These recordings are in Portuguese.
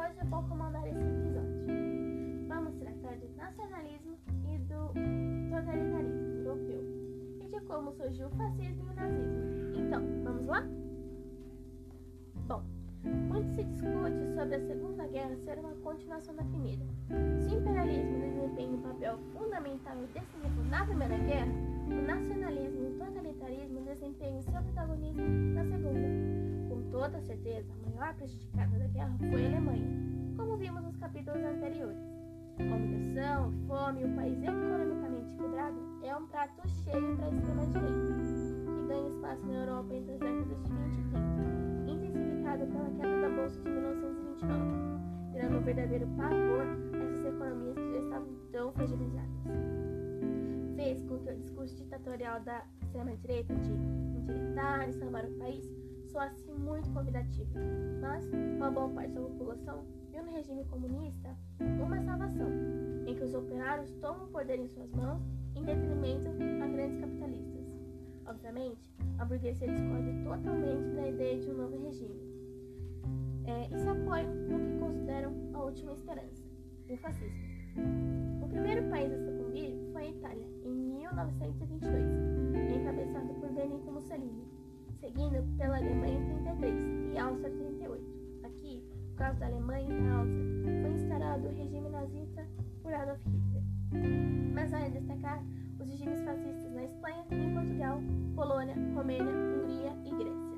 hoje eu vou comandar esse episódio. Vamos tratar do nacionalismo e do totalitarismo europeu e de como surgiu o fascismo e o nazismo. Então, vamos lá? Bom, muito se discute sobre a Segunda Guerra ser uma continuação da Primeira. Se o imperialismo desempenha um papel fundamental e decisivo na Primeira Guerra, o nacionalismo e o totalitarismo desempenham seu protagonismo na Segunda. Com toda certeza, a maior prejudicada da guerra foi a Alemanha, como vimos nos capítulos anteriores. A humilhação, a fome e o país economicamente quebrado é um prato cheio para a extrema-direita, que ganha espaço na Europa entre as décadas de 20 e 30, intensificado pela queda da Bolsa de 1929, gerando um verdadeiro pavor a essas economias que já estavam tão fragilizadas. Fez com que o discurso ditatorial da extrema-direita de endireitar e salvar o país soasse muito convidativo, mas uma boa parte da população viu no regime comunista uma salvação, em que os operários tomam o poder em suas mãos em detrimento a grandes capitalistas. Obviamente, a burguesia discorda totalmente da ideia de um novo regime e se apoiam no que consideram a última esperança, o fascismo. O primeiro país a sucumbir foi a Itália, em 1922, encabeçado por Benito Mussolini, seguindo pela Alemanha em 1933 e Áustria em 1938. Aqui, no caso da Alemanha e da Áustria, foi instaurado o regime nazista por Adolf Hitler. Mas vale destacar os regimes fascistas na Espanha e em Portugal, Polônia, Romênia, Hungria e Grécia.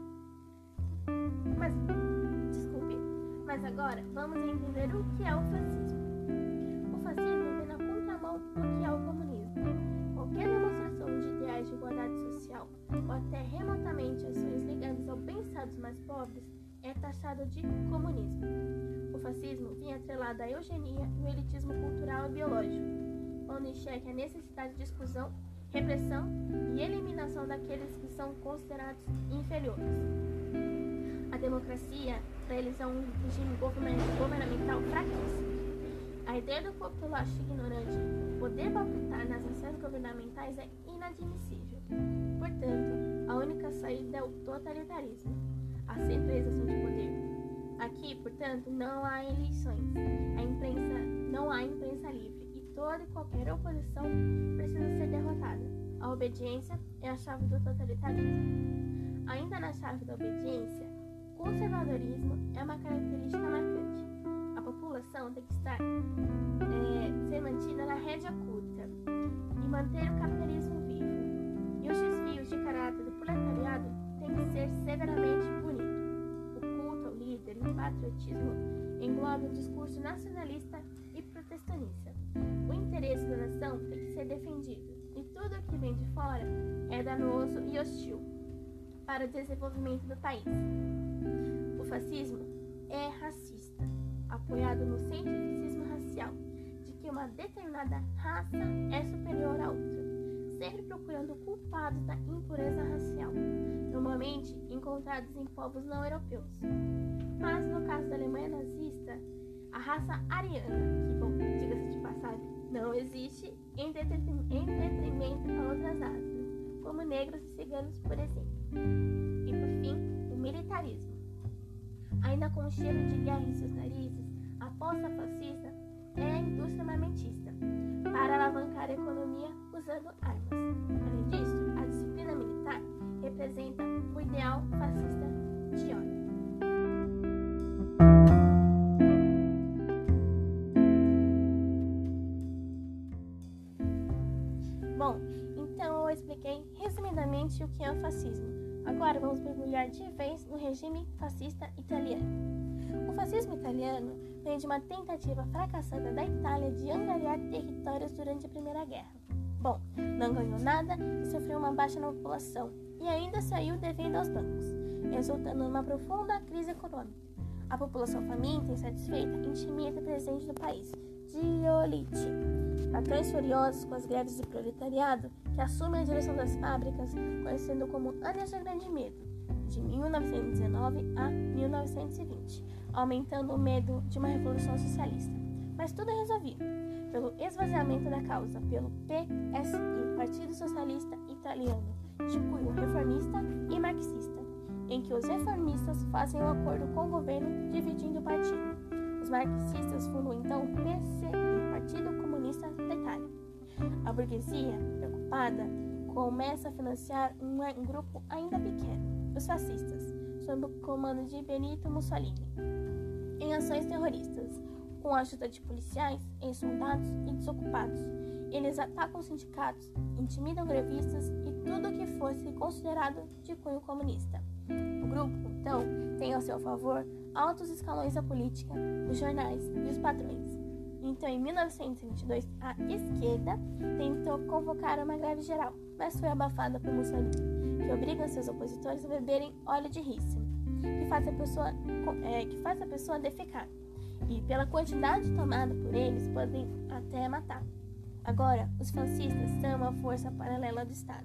Mas agora vamos entender o que é o fascismo. O fascismo vem na contramão do que é o comunismo. Qualquer demonstração de ideais de igualdade social ou até remotamente ações ligadas ao bem-estar dos mais pobres é taxado de comunismo. O fascismo vinha atrelado à eugenia e o elitismo cultural e biológico, pondo em xeque a necessidade de exclusão, repressão e eliminação daqueles que são considerados inferiores. A democracia, para eles, é um regime governamental fraquíssimo. A ideia do populacho ignorante poder palpitar nas ações governamentais é inadmissível. Portanto, a única saída é o totalitarismo, a centralização de poder. Aqui, portanto, não há eleições, não há imprensa livre e toda e qualquer oposição precisa ser derrotada. A obediência é a chave do totalitarismo. Ainda na chave da obediência, o conservadorismo é uma característica marcante. A população tem que ser mantida na rédea curta e manter o capitalismo vivo. E os desvios de caráter do proletariado têm que ser severamente punidos. O culto ao líder e o patriotismo englobam um discurso nacionalista e protestanista. O interesse da nação tem que ser defendido e tudo o que vem de fora é danoso e hostil para o desenvolvimento do país. O fascismo é racista, apoiado no cientificismo racial, de que uma determinada raça é superior à outra, sempre procurando culpados da impureza racial, normalmente encontrados em povos não europeus. Mas no caso da Alemanha nazista, a raça ariana, que, bom, diga-se de passagem, não existe em detrimento a outras raças, como negros e ciganos, por exemplo. E por fim, o militarismo. Ainda com o cheiro de guerra em seus narizes, a aposta fascista é a indústria armamentista, para alavancar a economia usando armas. Além disso, a disciplina militar representa o ideal fascista de ordem. Bom, então eu expliquei resumidamente o que é o fascismo. Agora vamos mergulhar de vez no regime fascista italiano. O fascismo italiano vem de uma tentativa fracassada da Itália de angariar territórios durante a Primeira Guerra. Bom, não ganhou nada e sofreu uma baixa na população, e ainda saiu devendo aos bancos, resultando numa profunda crise econômica. A população faminta e insatisfeita intimida o presidente do país, Giolitti. Patrões furiosos com as greves do proletariado que assumem a direção das fábricas, conhecendo como Anos de Grande Medo, de 1919 a 1920, aumentando o medo de uma revolução socialista. Mas tudo é resolvido pelo esvaziamento da causa pelo PSI, Partido Socialista Italiano, de cunho reformista e marxista, em que os reformistas fazem um acordo com o governo dividindo o partido. Os marxistas fundam então o PCI, Partido Comunista da Itália. A burguesia, preocupada, começa a financiar um grupo ainda pequeno, os fascistas, sob o comando de Benito Mussolini, em ações terroristas, com a ajuda de policiais, ex-soldados e desocupados. Eles atacam sindicatos, intimidam grevistas e tudo o que fosse considerado de cunho comunista. O grupo, então, tem ao seu favor altos escalões da política, os jornais e os patrões. Então, em 1922, a esquerda tentou convocar uma greve geral, mas foi abafada por Mussolini, que obriga seus opositores a beberem óleo de rícino, que faz a pessoa defecar, e pela quantidade tomada por eles, podem até matar. Agora, os fascistas são uma força paralela do Estado.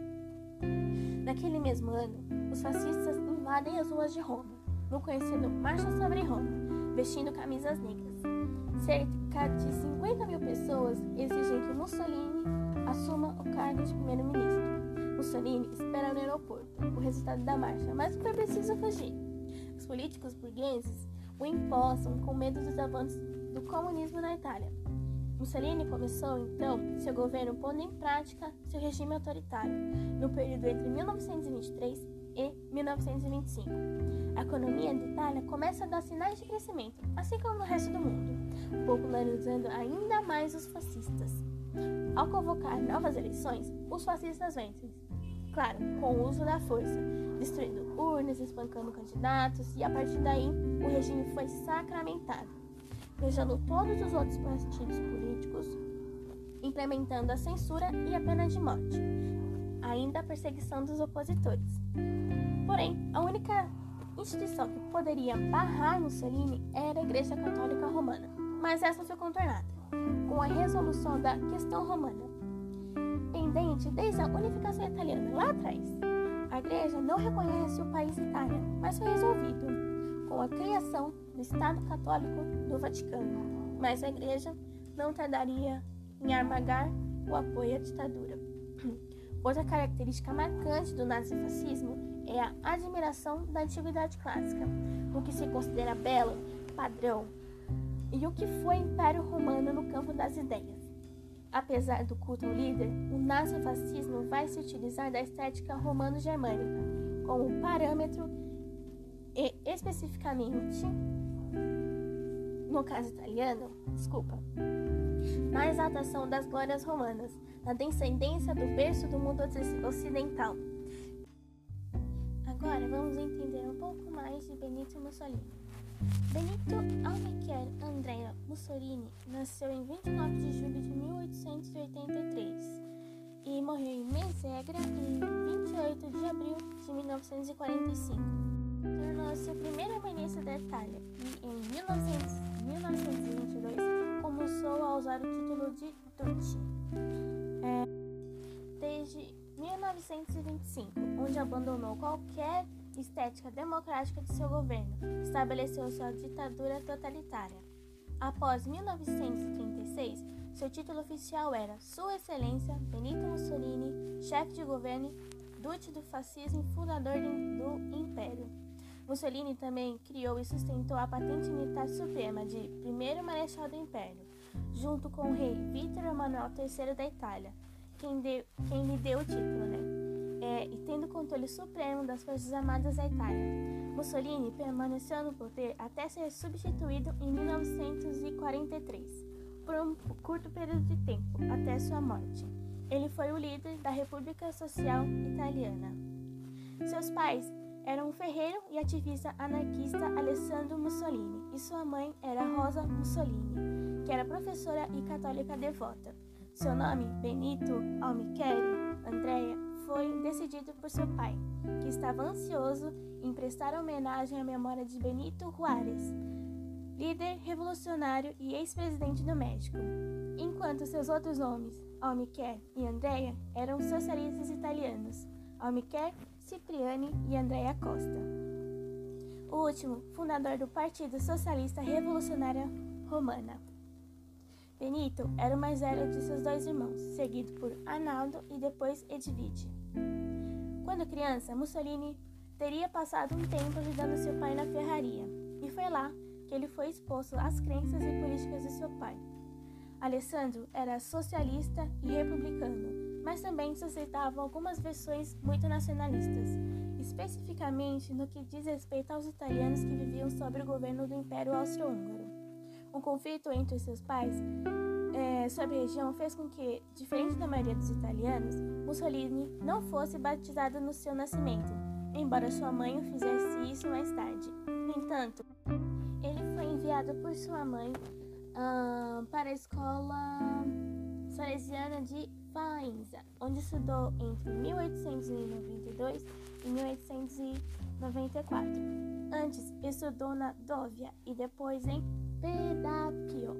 Naquele mesmo ano, os fascistas invadem as ruas de Roma, no conhecido Marcha sobre Roma, vestindo camisas negras. Cerca de 50 mil pessoas exigem que Mussolini assuma o cargo de primeiro-ministro. Mussolini espera no aeroporto o resultado da marcha, mas foi preciso fugir. Os políticos burgueses o empossam com medo dos avanços do comunismo na Itália. Mussolini começou, então, seu governo pondo em prática seu regime autoritário, no período entre 1923 e 1925. A economia da Itália começa a dar sinais de crescimento, assim como no resto do mundo, popularizando ainda mais os fascistas. Ao convocar novas eleições, os fascistas vencem, claro, com o uso da força, destruindo urnas, espancando candidatos, e a partir daí o regime foi sacramentado, deixando todos os outros partidos políticos, implementando a censura e a pena de morte, ainda a perseguição dos opositores. Porém, a única instituição que poderia barrar Mussolini era a Igreja Católica Romana, mas essa foi contornada, com a resolução da questão romana, pendente desde a unificação italiana lá atrás. A Igreja não reconhece o país Itália, mas foi resolvido com a criação do Estado Católico do Vaticano, mas a Igreja não tardaria em armagar o apoio à ditadura. Outra característica marcante do nazifascismo é a admiração da antiguidade clássica, o que se considera belo, padrão, e o que foi o Império Romano no campo das ideias. Apesar do culto ao líder, o nazifascismo vai se utilizar da estética romano-germânica como parâmetro e, especificamente, no caso italiano, na exaltação das glórias romanas, na descendência do berço do mundo ocidental. Agora vamos entender um pouco mais de Benito Mussolini. Benito Albuquerque Andrea Mussolini nasceu em 29 de julho de 1883 e morreu em Mesegra em 28 de abril de 1945. Tornou-se o primeiro-ministro da Itália e, em 1922, começou a usar o título de Duce. Desde 1925, onde abandonou qualquer estética democrática de seu governo, estabeleceu sua ditadura totalitária. Após 1936, seu título oficial era Sua Excelência Benito Mussolini, chefe de governo, duce do fascismo e fundador do Império. Mussolini também criou e sustentou a patente militar suprema de primeiro marechal do Império, junto com o rei Vítor Emanuel III da Itália, quem lhe deu o título, e tendo controle supremo das Forças Armadas da Itália. Mussolini permaneceu no poder até ser substituído em 1943, por um curto período de tempo, até sua morte. Ele foi o líder da República Social Italiana. Seus pais eram o ferreiro e ativista anarquista Alessandro Mussolini, e sua mãe era Rosa Mussolini, que era professora e católica devota. Seu nome, Benito Albuquerque Andrea, foi decidido por seu pai, que estava ansioso em prestar homenagem à memória de Benito Juárez, líder revolucionário e ex-presidente do México, enquanto seus outros nomes, Albuquerque e Andrea, eram socialistas italianos, Albuquerque, Cipriani e Andrea Costa. O último, fundador do Partido Socialista Revolucionário Romana. Benito era o mais velho de seus dois irmãos, seguido por Arnaldo e depois Edvige. Quando criança, Mussolini teria passado um tempo ajudando seu pai na ferraria, e foi lá que ele foi exposto às crenças e políticas de seu pai. Alessandro era socialista e republicano, mas também suscitava algumas versões muito nacionalistas, especificamente no que diz respeito aos italianos que viviam sob o governo do Império Austro-Húngaro. Um conflito entre seus pais sobre a região fez com que, diferente da maioria dos italianos, Mussolini não fosse batizado no seu nascimento, embora sua mãe o fizesse isso mais tarde. No entanto, ele foi enviado por sua mãe para a escola salesiana de Faenza, onde estudou entre 1892 e 1894. Antes, estudou na Dóvia e depois em Predappio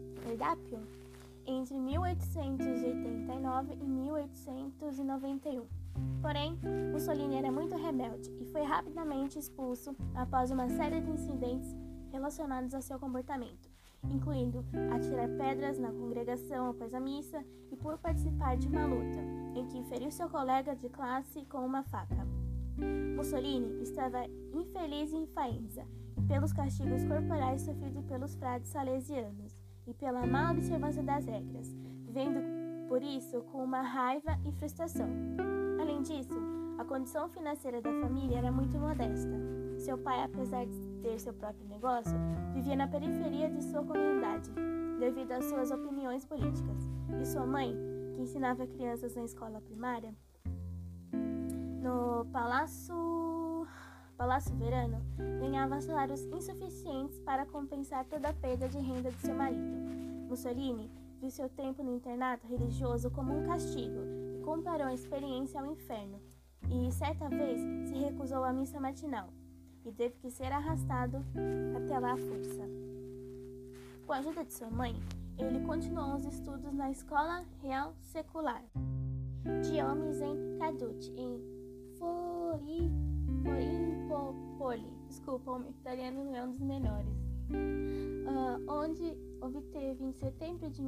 entre 1889 e 1891. Porém, Mussolini era muito rebelde e foi rapidamente expulso após uma série de incidentes relacionados a seu comportamento, incluindo atirar pedras na congregação após a missa e por participar de uma luta, em que feriu seu colega de classe com uma faca. Mussolini estava infeliz em Faenza e pelos castigos corporais sofridos pelos frades salesianos e pela má observância das regras, vivendo por isso com uma raiva e frustração. Além disso, a condição financeira da família era muito modesta. Seu pai, apesar de ter seu próprio negócio, vivia na periferia de sua comunidade, devido às suas opiniões políticas. E sua mãe, que ensinava crianças na escola primária, no Palácio Verano, ganhava salários insuficientes para compensar toda a perda de renda de seu marido. Mussolini viu seu tempo no internato religioso como um castigo e comparou a experiência ao inferno, e certa vez se recusou à missa matinal e teve que ser arrastado até lá à força. Com a ajuda de sua mãe, ele continuou os estudos na Escola Real Secular de Homens em Carducci, em Forimpopoli. Desculpa, o meu italiano não é um dos melhores. Onde obteve em setembro de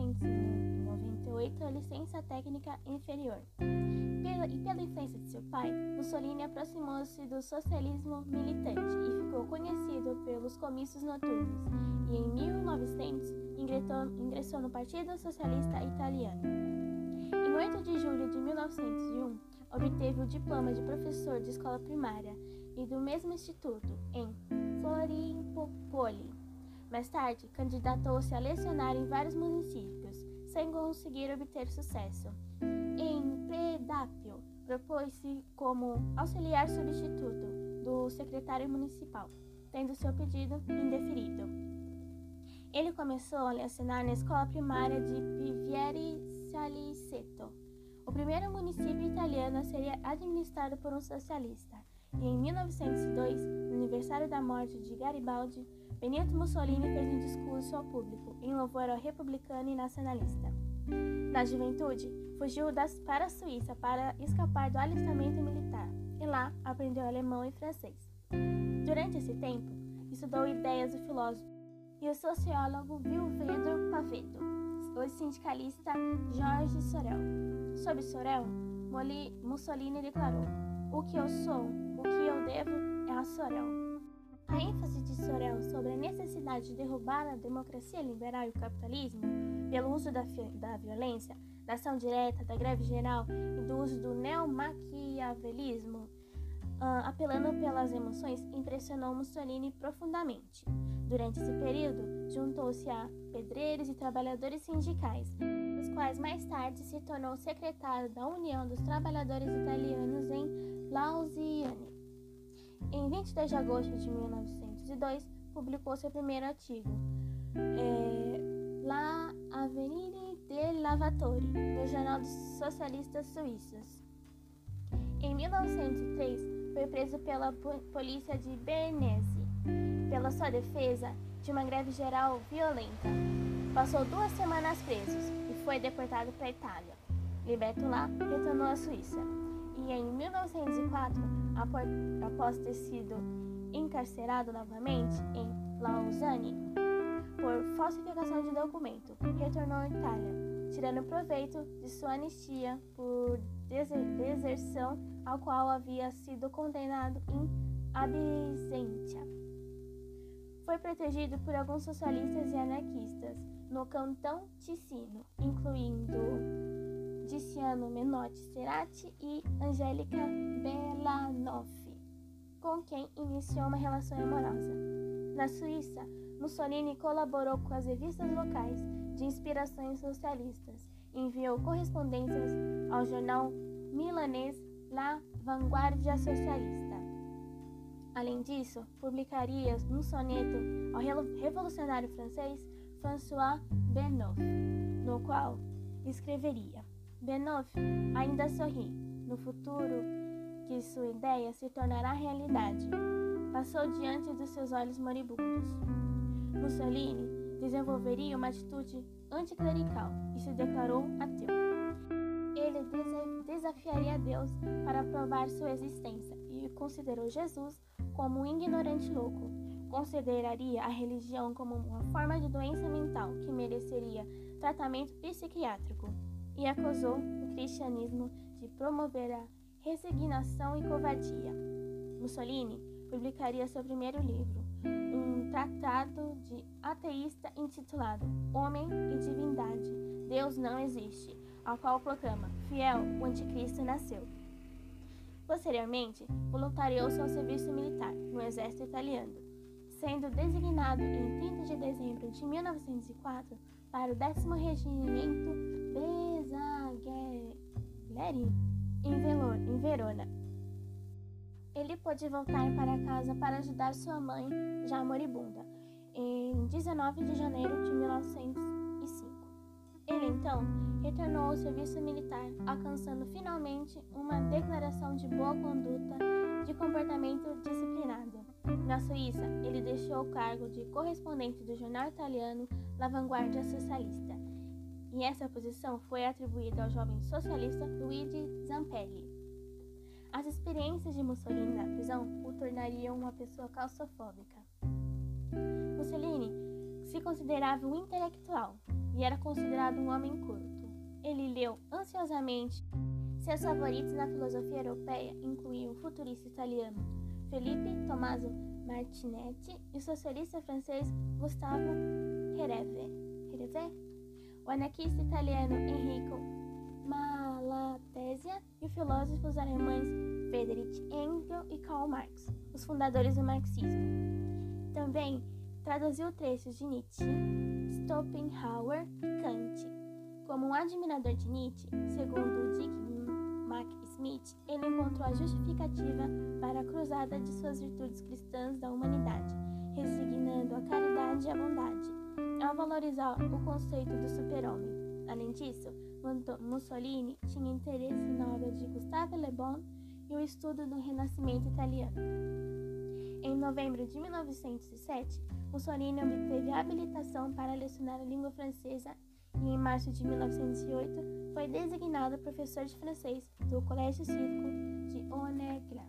1898 a licença técnica inferior. Pela influência de seu pai, Mussolini aproximou-se do socialismo militante e ficou conhecido pelos comícios noturnos, e em 1900 ingressou no Partido Socialista Italiano. Em 8 de julho de 1901, obteve o diploma de professor de escola primária e do mesmo instituto, em Forimpopoli. Mais tarde, candidatou-se a lecionar em vários municípios, sem conseguir obter sucesso. Em Predappio, propôs-se como auxiliar substituto do secretário municipal, tendo seu pedido indeferido. Ele começou a lecionar na escola primária de Pivieri Saliceto, o primeiro município italiano a ser administrado por um socialista, e em 1902, no aniversário da morte de Garibaldi, Benito Mussolini fez um discurso ao público em louvor ao republicano e nacionalista. Na juventude, fugiu para a Suíça para escapar do alistamento militar, e lá aprendeu alemão e francês. Durante esse tempo, estudou ideias do filósofo e o sociólogo Vilvedro Paveto, o sindicalista Jorge Sorel. Sob Sorel, Mussolini declarou: "O que eu sou, o que eu devo é a Sorel." A ênfase de Sorel sobre a necessidade de derrubar a democracia liberal e o capitalismo, pelo uso da violência, da ação direta, da greve geral e do uso do neomaquiavelismo, apelando pelas emoções, impressionou Mussolini profundamente. Durante esse período, juntou-se a pedreiros e trabalhadores sindicais, dos quais mais tarde se tornou secretário da União dos Trabalhadores Italianos em Lausanne. Em 22 de agosto de 1902, publicou seu primeiro artigo, La Avvenire dei Lavoratori, no Jornal dos Socialistas Suíços. Em 1903, foi preso pela polícia de Bernese, pela sua defesa de uma greve geral violenta. Passou 2 semanas preso e foi deportado para a Itália. Liberto lá, retornou à Suíça. E em 1904, após ter sido encarcerado novamente em Lausanne por falsificação de documento, retornou à Itália, tirando proveito de sua anistia por deserção ao qual havia sido condenado em absentia. Foi foi protegido por alguns socialistas e anarquistas no Cantão Ticino, incluindo Tiziano Menotti Cerati e Angélica Belanoff, com quem iniciou uma relação amorosa. Na Suíça, Mussolini colaborou com as revistas locais de inspirações socialistas e enviou correspondências ao jornal milanês La Vanguardia Socialista. Além disso, publicaria um soneto ao revolucionário francês François Bennouf, no qual escreveria: Bennouf ainda sorri, no futuro que sua ideia se tornará realidade. Passou diante dos seus olhos moribundos. Mussolini desenvolveria uma atitude anticlerical e se declarou ateu. Ele desafiaria Deus para provar sua existência e considerou Jesus como um ignorante louco. Consideraria a religião como uma forma de doença mental que mereceria tratamento psiquiátrico e acusou o cristianismo de promover a resignação e covardia. Mussolini publicaria seu primeiro livro, um tratado de ateísta intitulado Homem e Divindade, Deus não existe, ao qual proclama: fiel, o anticristo nasceu. Posteriormente, voluntariou-se ao serviço militar no exército italiano, sendo designado em 30 de dezembro de 1904 para o 10º Regimento Bersaglieri, em Verona. Ele pôde voltar para casa para ajudar sua mãe, já moribunda, em 19 de janeiro de 1905. Ele, então, retornou ao serviço militar, alcançando finalmente uma declaração de boa conduta de comportamento disciplinado. Na Suíça, ele deixou o cargo de correspondente do jornal italiano La Vanguardia Socialista, e essa posição foi atribuída ao jovem socialista Luigi Zampelli. As experiências de Mussolini na prisão o tornariam uma pessoa claustrofóbica. Mussolini se considerava um intelectual e era considerado um homem culto. Ele leu ansiosamente. Seus favoritos na filosofia europeia incluíam o futurista italiano Felipe Tommaso Martinetti e o socialista francês Gustave Hervé, o anarquista italiano Enrico Malatesta e os filósofos alemães Friedrich Engels e Karl Marx, os fundadores do marxismo. Também traduziu trechos de Nietzsche, Schopenhauer e Kant. Como um admirador de Nietzsche, segundo Dick Mack-Smith, ele encontrou a justificativa para a cruzada de suas virtudes cristãs da humanidade, resignando a caridade e a bondade, ao valorizar o conceito do super-homem. Além disso, Mussolini tinha interesse na obra de Gustave Le Bon e o estudo do Renascimento italiano. Em novembro de 1907, Mussolini obteve a habilitação para lecionar a língua francesa e, em março de 1908, foi designado professor de francês do Colégio Cívico de Oneglia,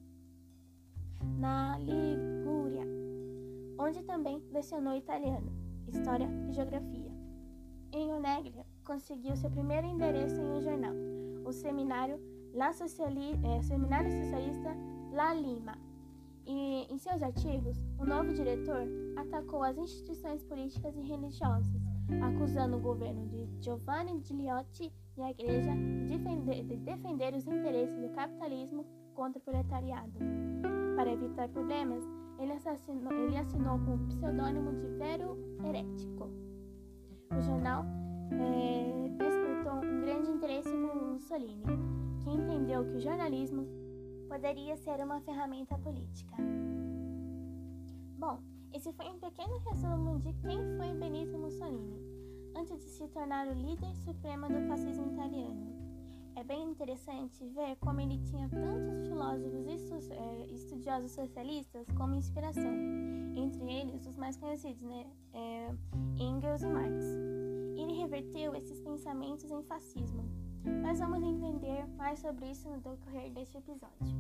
na Ligúria, onde também lecionou italiano, história e geografia. Em Oneglia, conseguiu seu primeiro endereço em um jornal, o Seminário Socialista La Lima. E, em seus artigos, o novo diretor atacou as instituições políticas e religiosas, acusando o governo de Giovanni Giliotti e a Igreja de defender os interesses do capitalismo contra o proletariado. Para evitar problemas, ele assinou com o pseudônimo de Vero Herético. O jornal despertou um grande interesse em Mussolini, que entendeu que o jornalismo poderia ser uma ferramenta política. Bom, esse foi um pequeno resumo de quem foi Benito Mussolini, antes de se tornar o líder supremo do fascismo italiano. É bem interessante ver como ele tinha tantos filósofos e estudiosos socialistas como inspiração, entre eles os mais conhecidos, Engels e Marx. Ele reverteu esses pensamentos em fascismo, mas vamos entender mais sobre isso no decorrer deste episódio.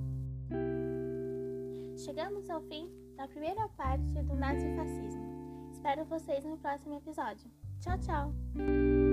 Chegamos ao fim da primeira parte do nazifascismo. Espero vocês no próximo episódio. Tchau, tchau!